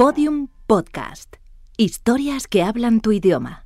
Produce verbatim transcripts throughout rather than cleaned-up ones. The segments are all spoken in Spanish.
Podium Podcast. Historias que hablan tu idioma.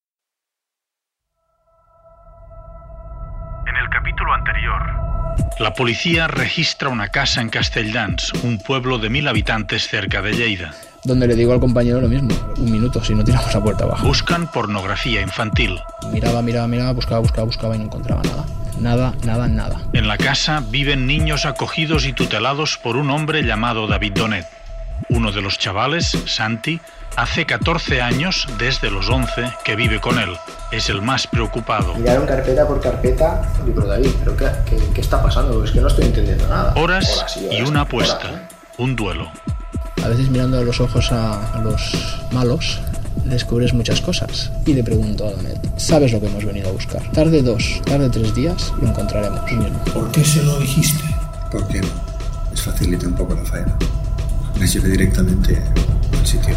En el capítulo anterior, la policía registra una casa en Castelldans, un pueblo de mil habitantes cerca de Lleida. Donde le digo al compañero lo mismo, un minuto, si no tiramos la puerta abajo. Buscan pornografía infantil. Miraba, miraba, miraba, buscaba, buscaba, buscaba y no encontraba nada. Nada, nada, nada. En la casa viven niños acogidos y tutelados por un hombre llamado David Donet. Uno de los chavales, Santi, hace catorce años, desde los once, que vive con él. Es el más preocupado. Miraron carpeta por carpeta. Y pero David, ¿pero qué, qué, qué está pasando? Es que no estoy entendiendo nada. Horas, horas y, horas, y una apuesta. horas, ¿eh? Un duelo. A veces mirando a los ojos a, a los malos, descubres muchas cosas. Y le pregunto a Donet, ¿sabes lo que hemos venido a buscar? Tarde dos, tarde tres días, lo encontraremos. ¿Por qué se lo dijiste? Porque les facilita un poco la faena. Les llevé directamente al sitio.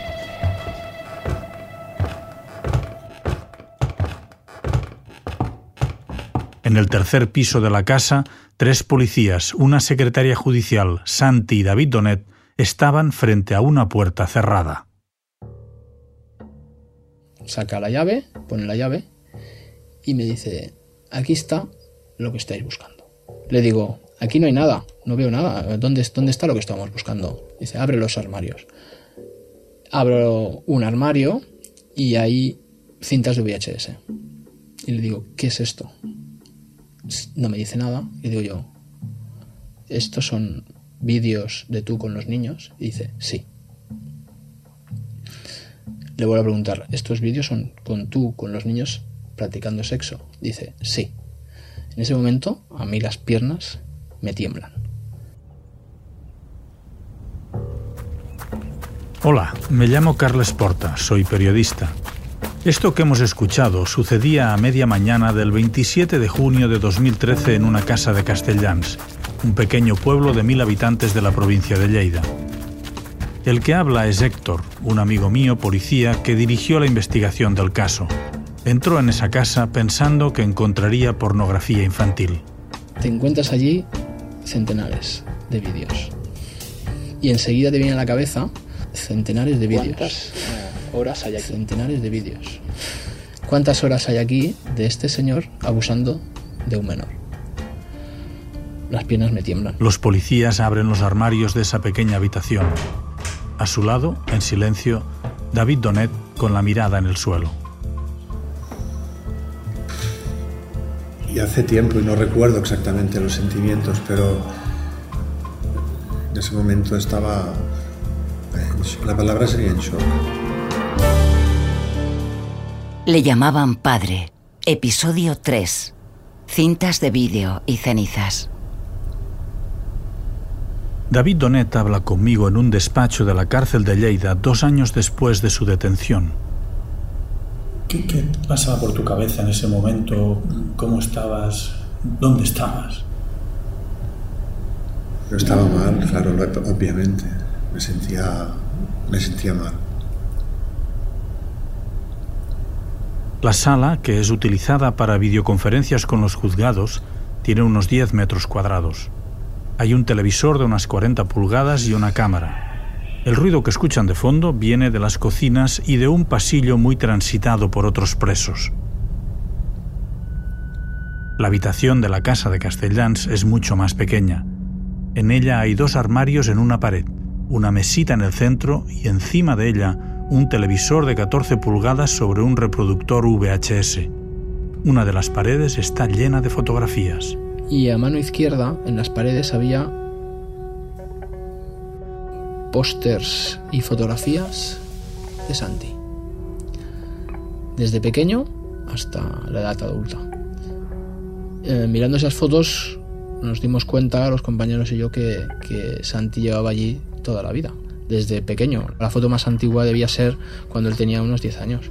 En el tercer piso de la casa, tres policías, una secretaria judicial, Santi y David Donet, estaban frente a una puerta cerrada. Saca la llave, pone la llave y me dice, aquí está lo que estáis buscando. Le digo, aquí no hay nada, no veo nada. ¿Dónde, dónde está lo que estamos buscando? Dice, abre los armarios. Abro un armario y hay cintas de V H S. Y le digo, ¿qué es esto? No me dice nada. Y digo yo, ¿estos son vídeos de tú con los niños? Y dice, sí. Le vuelvo a preguntar, ¿estos vídeos son con tú con los niños practicando sexo? Dice, sí. En ese momento, a mí las piernas me tiemblan. Hola, me llamo Carles Porta, soy periodista. Esto que hemos escuchado sucedía a media mañana del veintisiete de junio de dos mil trece en una casa de Castelldans, un pequeño pueblo de mil habitantes de la provincia de Lleida. El que habla es Héctor, un amigo mío, policía, que dirigió la investigación del caso. Entró en esa casa pensando que encontraría pornografía infantil. Te encuentras allí centenares de vídeos. Y enseguida te viene a la cabeza centenares de vídeos. ¿Cuántas horas hay aquí? Centenares de vídeos. ¿Cuántas horas hay aquí de este señor abusando de un menor? Las piernas me tiemblan. Los policías abren los armarios de esa pequeña habitación. A su lado, en silencio, David Donet con la mirada en el suelo. Y hace tiempo, y no recuerdo exactamente los sentimientos, pero en ese momento estaba... La palabra sería en shock. Le llamaban padre. Episodio tres. Cintas de vídeo y cenizas. David Donet habla conmigo en un despacho de la cárcel de Lleida dos años después de su detención. ¿Qué, qué pasaba por tu cabeza en ese momento? ¿Cómo estabas? ¿Dónde estabas? Yo estaba mal, claro, obviamente. Me sentía, me sentía mal. La sala, que es utilizada para videoconferencias con los juzgados, tiene unos diez metros cuadrados. Hay un televisor de unas cuarenta pulgadas y una cámara. El ruido que escuchan de fondo viene de las cocinas y de un pasillo muy transitado por otros presos. La habitación de la casa de Castelldans es mucho más pequeña. En ella hay dos armarios en una pared, una mesita en el centro y encima de ella un televisor de catorce pulgadas sobre un reproductor V H S. Una de las paredes está llena de fotografías. Y a mano izquierda, en las paredes, había pósters y fotografías de Santi. Desde pequeño hasta la edad adulta. Eh, mirando esas fotos nos dimos cuenta, los compañeros y yo, que, que Santi llevaba allí toda la vida, desde pequeño. La foto más antigua debía ser cuando él tenía unos diez años.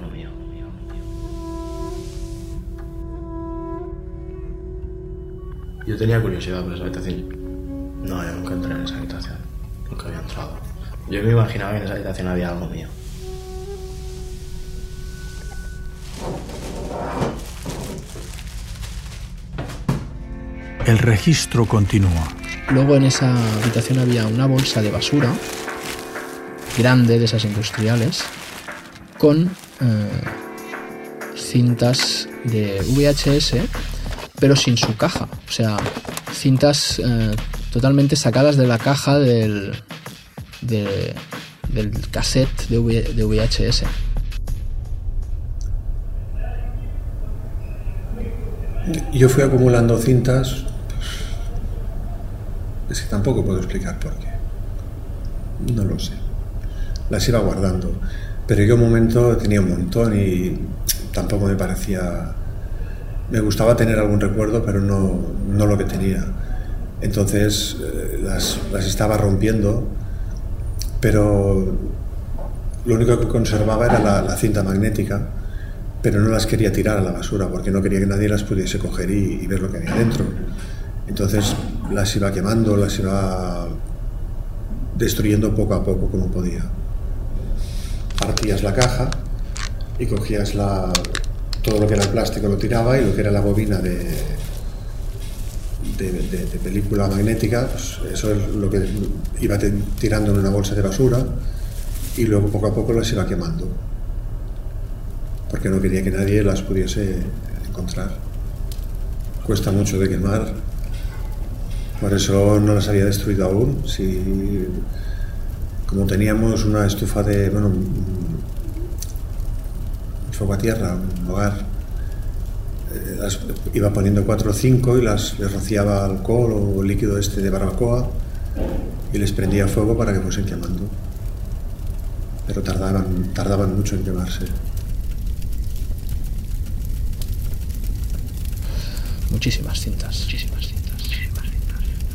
Yo tenía curiosidad por esa habitación. No, yo nunca entré en esa habitación. Nunca había entrado. Yo me imaginaba que en esa habitación había algo mío. El registro continúa. Luego en esa habitación había una bolsa de basura grande de esas industriales con eh, cintas de V H S, pero sin su caja. O sea, cintas eh, totalmente sacadas de la caja del, de, del cassette de, v, de V H S. Yo fui acumulando cintas, pues, es que tampoco puedo explicar por qué. No lo sé. Las iba guardando. Pero yo un momento tenía un montón y tampoco me parecía... Me gustaba tener algún recuerdo, pero no, no lo que tenía. Entonces eh, las, las estaba rompiendo, pero lo único que conservaba era la, la cinta magnética, pero no las quería tirar a la basura porque no quería que nadie las pudiese coger y, y ver lo que había dentro. Entonces las iba quemando, las iba destruyendo poco a poco como podía. Partías la caja y cogías la, todo lo que era el plástico lo tiraba, y lo que era la bobina de, de, de, de película magnética, pues eso es lo que iba tirando en una bolsa de basura, y luego poco a poco las iba quemando porque no quería que nadie las pudiese encontrar. Cuesta mucho de quemar, por eso no las había destruido aún. Si, como teníamos una estufa de, bueno, un fuego a tierra, un hogar, eh, las iba poniendo cuatro o cinco y las les rociaba alcohol o líquido este de barbacoa y les prendía fuego para que fuesen quemando. Pero tardaban, tardaban mucho en quemarse. Muchísimas cintas, muchísimas cintas, muchísimas cintas.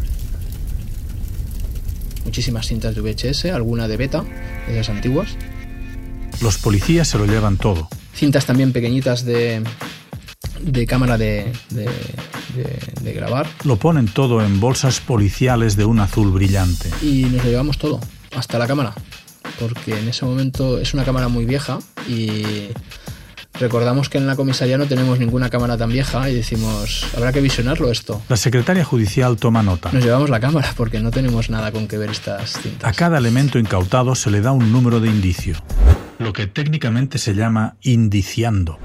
Muchísimas cintas de V H S, alguna de beta, de esas antiguas. Los policías se lo llevan todo. Cintas también pequeñitas de, de cámara de, de, de, de grabar. Lo ponen todo en bolsas policiales de un azul brillante. Y nos lo llevamos todo, hasta la cámara, porque en ese momento es una cámara muy vieja y... recordamos que en la comisaría no tenemos ninguna cámara tan vieja y decimos, habrá que visionarlo esto. La secretaria judicial toma nota. Nos llevamos la cámara porque no tenemos nada con que ver estas cintas. A cada elemento incautado se le da un número de indicio, lo que técnicamente se llama indiciando.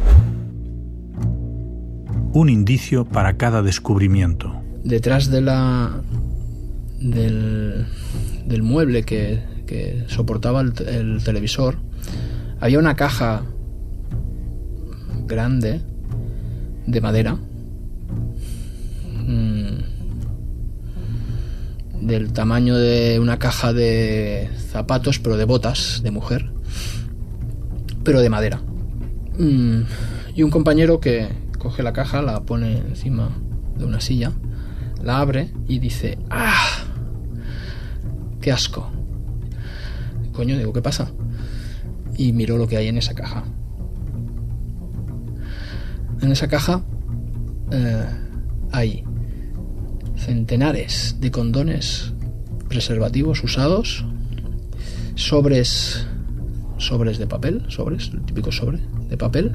Un indicio para cada descubrimiento. Detrás de la del, del mueble que, que soportaba el, el televisor había una caja grande de madera, mmm, del tamaño de una caja de zapatos, pero de botas de mujer, pero de madera. Mm, y un compañero que coge la caja, la pone encima de una silla, la abre y dice, ¡ah! ¡Qué asco! Coño, digo, ¿qué pasa? Y miró lo que hay en esa caja. En esa caja eh, hay centenares de condones, preservativos usados, sobres, sobres de papel, sobres, el típico sobre de papel,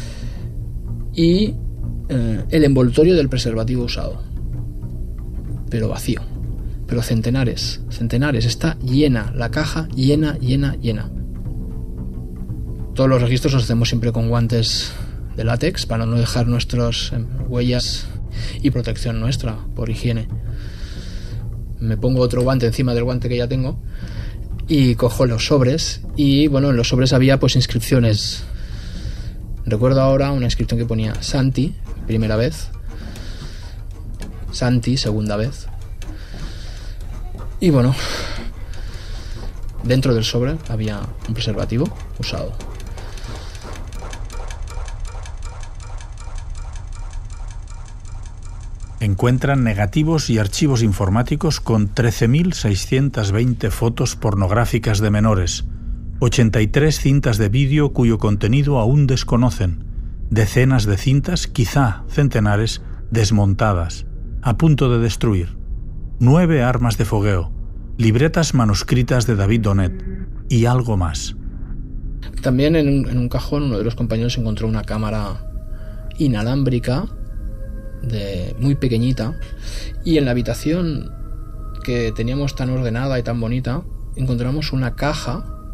y eh, el envoltorio del preservativo usado, pero vacío, pero centenares, centenares, está llena, la caja llena, llena, llena. Todos los registros los hacemos siempre con guantes de látex para no dejar nuestras huellas y protección nuestra por higiene. Me pongo otro guante encima del guante que ya tengo y cojo los sobres, y bueno, en los sobres había pues inscripciones. Recuerdo ahora una inscripción que ponía Santi, primera vez, Santi, segunda vez, y bueno, dentro del sobre había un preservativo usado. Encuentran negativos y archivos informáticos con trece mil seiscientas veinte fotos pornográficas de menores, ochenta y tres cintas de vídeo cuyo contenido aún desconocen, decenas de cintas, quizá centenares, desmontadas, a punto de destruir, nueve armas de fogueo, libretas manuscritas de David Donet y algo más. También en un, en un cajón uno de los compañeros encontró una cámara inalámbrica de muy pequeñita, y en la habitación que teníamos tan ordenada y tan bonita encontramos una caja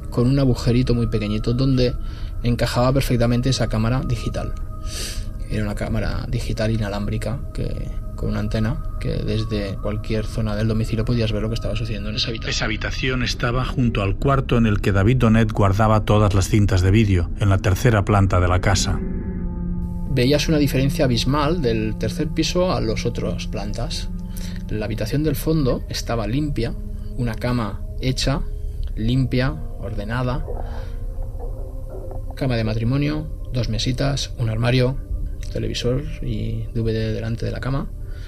con un agujerito muy pequeñito donde encajaba perfectamente esa cámara digital. Era una cámara digital inalámbrica que, con una antena que desde cualquier zona del domicilio podías ver lo que estaba sucediendo en esa habitación. Esa habitación estaba junto al cuarto en el que David Donet guardaba todas las cintas de vídeo, en la tercera planta de la casa. Veías una diferencia abismal del tercer piso a las otras plantas. La habitación del fondo estaba limpia, una cama hecha, limpia, ordenada, cama de matrimonio, dos mesitas, un armario, televisor y D V D delante de la cama,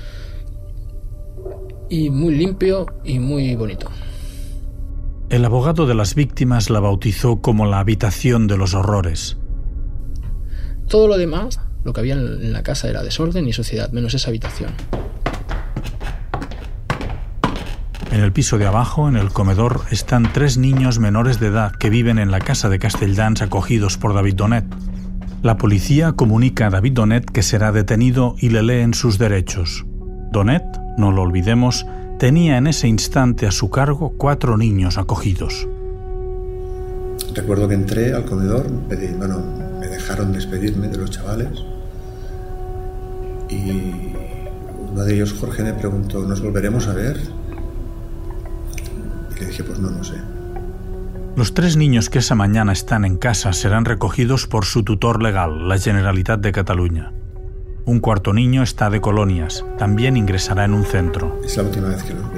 y muy limpio y muy bonito. El abogado de las víctimas la bautizó como la habitación de los horrores. Todo lo demás, lo que había en la casa era desorden y suciedad, menos esa habitación. En el piso de abajo, en el comedor, están tres niños menores de edad que viven en la casa de Castelldans acogidos por David Donet. La policía comunica a David Donet que será detenido y le leen sus derechos. Donet, no lo olvidemos, tenía en ese instante a su cargo cuatro niños acogidos. Recuerdo que entré al comedor, pedí, bueno, me dejaron despedirme de los chavales y uno de ellos, Jorge, me preguntó, ¿nos volveremos a ver? Y le dije, pues no, no sé. Los tres niños que esa mañana están en casa serán recogidos por su tutor legal, la Generalitat de Cataluña. Un cuarto niño está de colonias, también ingresará en un centro. Es la última vez que los vi.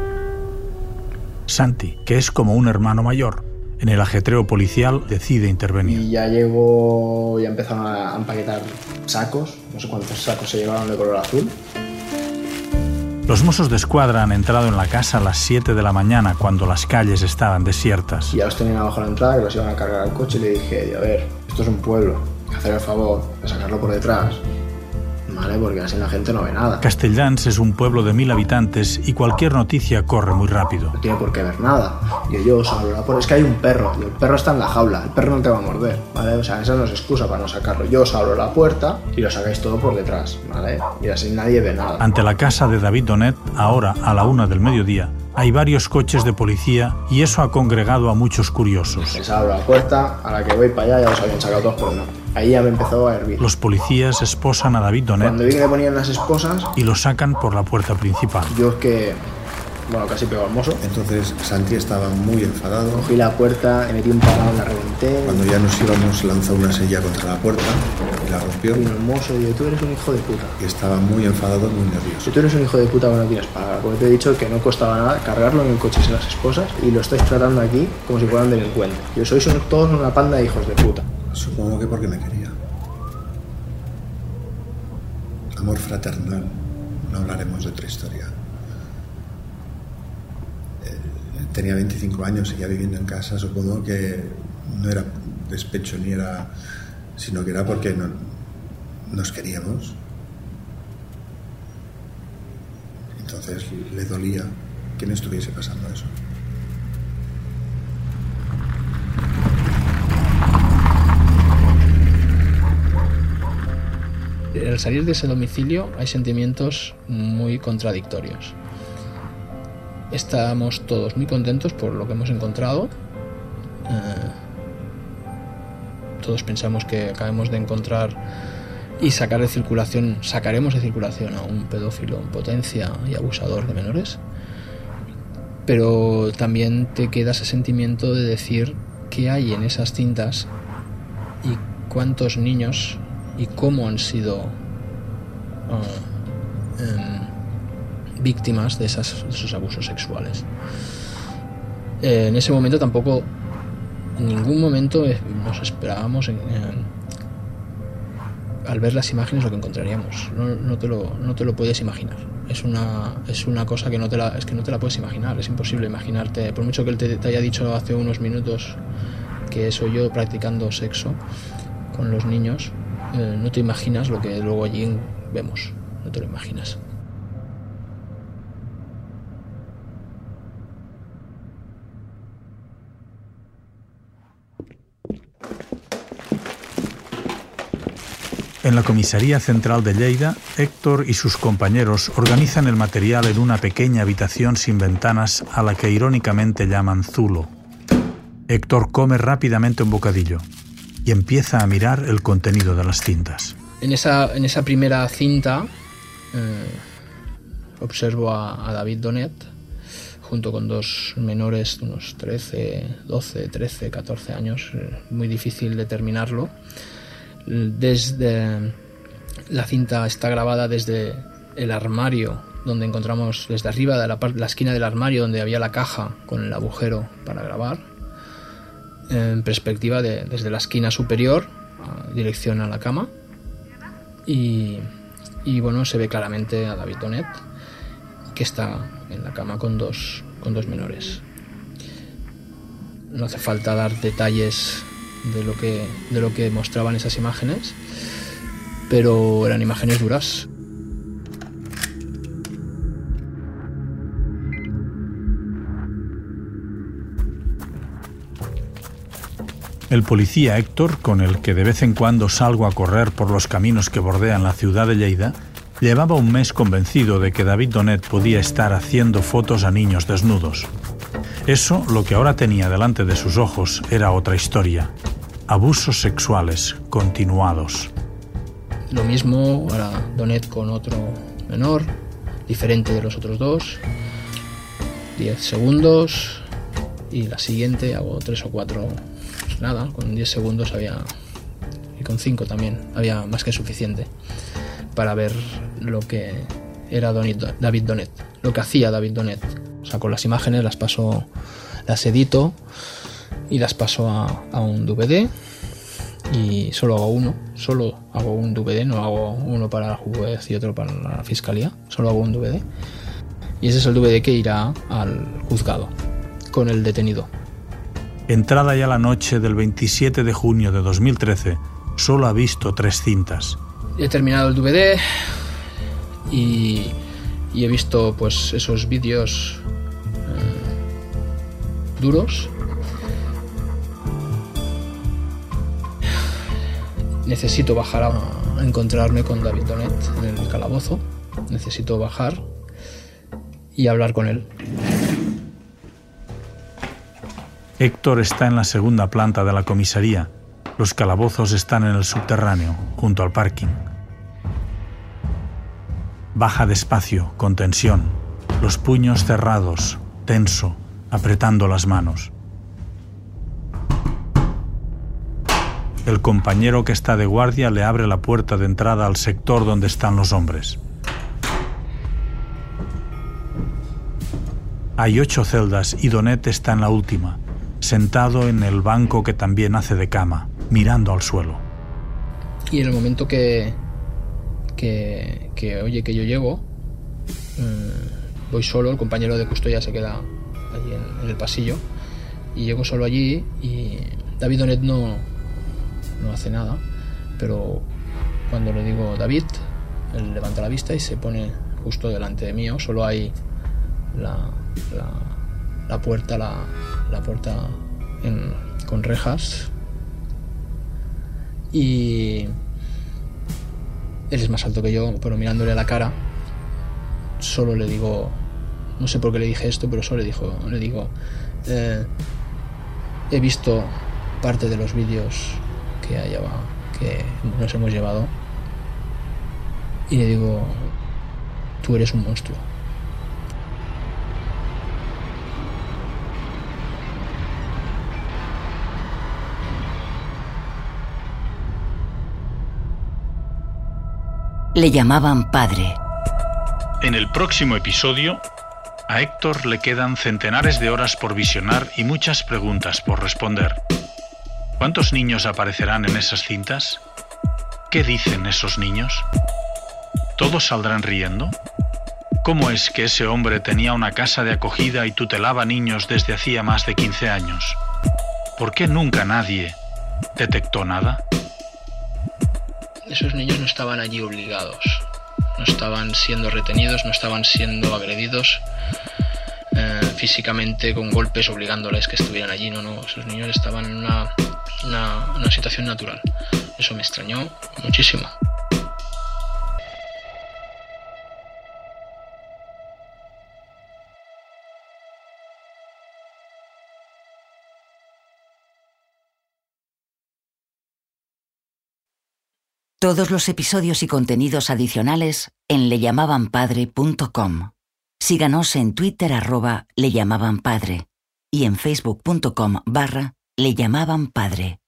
Santi, que es como un hermano mayor, en el ajetreo policial decide intervenir. Y ya llegó, ya empezaron a empaquetar sacos, no sé cuántos sacos se llevaron de color azul. Los Mossos de Escuadra han entrado en la casa a las siete de la mañana cuando las calles estaban desiertas. Y ya los tenían abajo a la entrada, que los iban a cargar al coche, y le dije, a ver, esto es un pueblo, hacer el favor de sacarlo por detrás, ¿vale? Porque así la gente no ve nada. Castelldans es un pueblo de mil habitantes y cualquier noticia corre muy rápido. No tiene por qué ver nada. Y yo os abro la puerta, es que hay un perro, y el perro está en la jaula, el perro no te va a morder, ¿vale? O sea, esa no es excusa para no sacarlo. Yo os abro la puerta y lo sacáis todo por detrás, ¿vale? Y así nadie ve nada. Ante la casa de David Donet, ahora a la una del mediodía, hay varios coches de policía y eso ha congregado a muchos curiosos. Les abro la puerta, a la que voy para allá ya los habían sacado todos por uno. Ahí ya me empezó a hervir. Los policías esposan a David Donet. Cuando vi que le ponían las esposas y lo sacan por la puerta principal. Yo es que, bueno, casi pegó al mozo. Entonces Santi estaba muy enfadado. Cogí la puerta, me metí un parado, la reventé. Cuando ya nos íbamos, lanzó una silla contra la puerta y la rompió. Vino el mozo y dijo, tú eres un hijo de puta. Y estaba muy enfadado, muy nervioso. Si tú eres un hijo de puta, bueno, tienes palabra. Porque te he dicho que no costaba nada cargarlo en el coche sin las esposas y lo estáis tratando aquí como si fueran delincuentes. Yo sois todos una panda de hijos de puta. Supongo que porque me quería. Amor fraternal, no hablaremos de otra historia. Eh, tenía veinticinco años, seguía viviendo en casa, supongo que no era despecho ni era, sino que era porque no, nos queríamos. Entonces le dolía que me estuviese pasando eso. Al salir de ese domicilio hay sentimientos muy contradictorios. Estamos todos muy contentos por lo que hemos encontrado. Eh, todos pensamos que acabamos de encontrar y sacar de circulación, sacaremos de circulación a un pedófilo en potencia y abusador de menores. Pero también te queda ese sentimiento de decir qué hay en esas cintas y cuántos niños y cómo han sido uh, um, víctimas de, esas, de esos abusos sexuales. Eh, en ese momento tampoco, en ningún momento eh, nos esperábamos en, en, al ver las imágenes lo que encontraríamos. No, no, te lo, no te lo puedes imaginar. Es una, es una cosa que no te la, es que no te la puedes imaginar. Es imposible imaginarte. Por mucho que él te, te haya dicho hace unos minutos que soy yo practicando sexo con los niños, Eh, no te imaginas lo que luego allí vemos, no te lo imaginas. En la comisaría central de Lleida, Héctor y sus compañeros organizan el material en una pequeña habitación sin ventanas a la que irónicamente llaman Zulo. Héctor come rápidamente un bocadillo y empieza a mirar el contenido de las cintas. En esa, en esa primera cinta eh, observo a, a David Donet junto con dos menores de unos trece, doce, trece, catorce años, eh, muy difícil determinarlo. Desde la cinta está grabada desde el armario, donde encontramos desde arriba de la, la esquina del armario donde había la caja con el agujero para grabar, en perspectiva de, desde la esquina superior, a dirección a la cama, y, y bueno, se ve claramente a David Donet, que está en la cama con dos, con dos menores. No hace falta dar detalles de lo que, de lo que mostraban esas imágenes, pero eran imágenes duras. El policía Héctor, con el que de vez en cuando salgo a correr por los caminos que bordean la ciudad de Lleida, llevaba un mes convencido de que David Donet podía estar haciendo fotos a niños desnudos. Eso, lo que ahora tenía delante de sus ojos, era otra historia. Abusos sexuales continuados. Lo mismo ahora Donet con otro menor, diferente de los otros dos. diez segundos y la siguiente hago tres o cuatro. Pues nada, con diez segundos había, y con cinco también, había más que suficiente para ver lo que era David Donet, lo que hacía David Donet. Saco las imágenes, las paso, las edito y las paso a, a un D V D, y solo hago uno, solo hago un D V D, no hago uno para el juez y otro para la fiscalía, solo hago un D V D, y ese es el D V D que irá al juzgado con el detenido. Entrada ya la noche del veintisiete de junio de dos mil trece, solo ha visto tres cintas. He terminado el D V D y, y he visto pues esos vídeos eh, duros. Necesito bajar a encontrarme con David Donet en el calabozo. Necesito bajar y hablar con él. Héctor está en la segunda planta de la comisaría. Los calabozos están en el subterráneo, junto al parking. Baja despacio, con tensión, los puños cerrados, tenso, apretando las manos. El compañero que está de guardia le abre la puerta de entrada al sector donde están los hombres. Hay ocho celdas y Donet está en la última, sentado en el banco que también hace de cama, mirando al suelo. Y en el momento que, que, que oye que yo llego, eh, voy solo, el compañero de custodia se queda allí en, en el pasillo, y llego solo allí y David Donet no, no hace nada, pero cuando le digo David, él levanta la vista y se pone justo delante de mí. Solo hay la, la, la puerta, la, la puerta en, con rejas, y él es más alto que yo, pero mirándole a la cara, solo le digo, no sé por qué le dije esto, pero solo le, dijo, le digo, eh, he visto parte de los vídeos que, haya, que nos hemos llevado, y le digo, tú eres un monstruo. Le llamaban padre. En el próximo episodio, a Héctor le quedan centenares de horas por visionar y muchas preguntas por responder. ¿Cuántos niños aparecerán en esas cintas? ¿Qué dicen esos niños? ¿Todos saldrán riendo? ¿Cómo es que ese hombre tenía una casa de acogida y tutelaba niños desde hacía más de quince años? ¿Por qué nunca nadie detectó nada? Esos niños no estaban allí obligados, no estaban siendo retenidos, no estaban siendo agredidos eh, físicamente con golpes obligándoles que estuvieran allí. No, no, esos niños estaban en una, una, una situación natural. Eso me extrañó muchísimo. Todos los episodios y contenidos adicionales en le llamaban padre punto com. Síganos en Twitter arroba le llamaban padre y en facebook punto com barra le llamaban padre.